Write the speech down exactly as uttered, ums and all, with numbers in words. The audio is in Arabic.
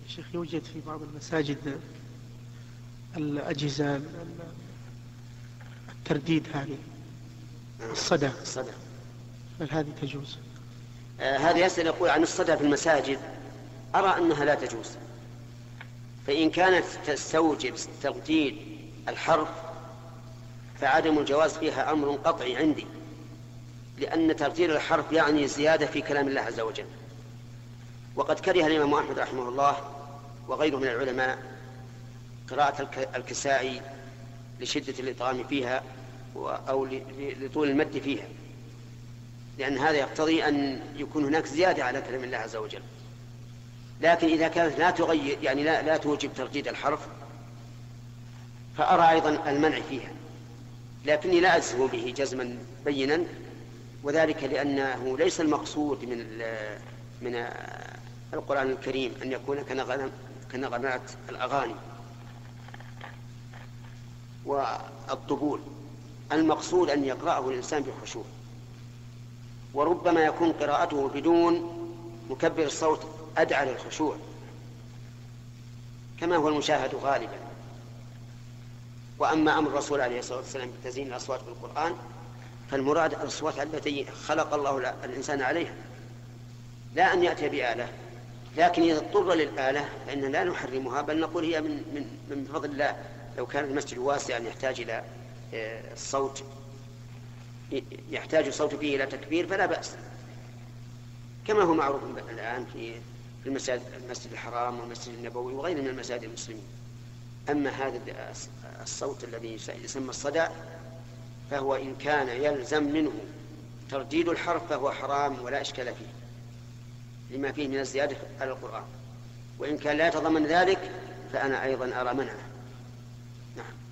شيخ، يوجد في بعض المساجد الأجهزة الترديد هذه الصدى الصدى هل هذه تجوز؟ آه هذا يسأل يقول عن الصدى في المساجد. أرى أنها لا تجوز، فإن كانت تستوجب ترديد الحرف فعدم الجواز فيها أمر قطعي عندي، لأن ترديد الحرف يعني زيادة في كلام الله عز وجل. وقد كره الإمام أحمد رحمه الله وغيره من العلماء قراءة الكسائي لشدة الإطعام فيها أو لطول المد فيها، لأن هذا يقتضي أن يكون هناك زيادة على كلام الله عز وجل. لكن إذا كانت لا تغير يعني لا, لا توجب ترديد الحرف فأرى أيضا المنع فيها، لكني لا أجزم به جزما بينا، وذلك لأنه ليس المقصود من من القرآن الكريم أن يكون كنغمات الأغاني والطبول. المقصود أن يقرأه الإنسان بخشوع، وربما يكون قراءته بدون مكبر الصوت أدعى للخشوع كما هو المشاهد غالبا. وأما أمر الرسول عليه الصلاة والسلام بتزيين الأصوات بالقرآن فالمراد الأصوات التي خلق الله الإنسان عليها، لا أن يأتي بآلة. لكن إذا اضطر للآلة فإننا لا نحرمها، بل نقول هي من, من, من فضل الله. لو كان المسجد واسعا يحتاج إلى الصوت يحتاج الصوت فيه إلى تكبير فلا بأس، كما هو معروف الآن في المساجد المسجد الحرام والمسجد النبوي وغيره من المساجد المسلمين. أما هذا الصوت الذي يسمى الصدى فهو إن كان يلزم منه ترديد الحرف فهو حرام ولا إشكال فيه لما فيه من الزيادة على القرآن، وإن كان لا يتضمن ذلك فأنا أيضا أرى منعه. نعم.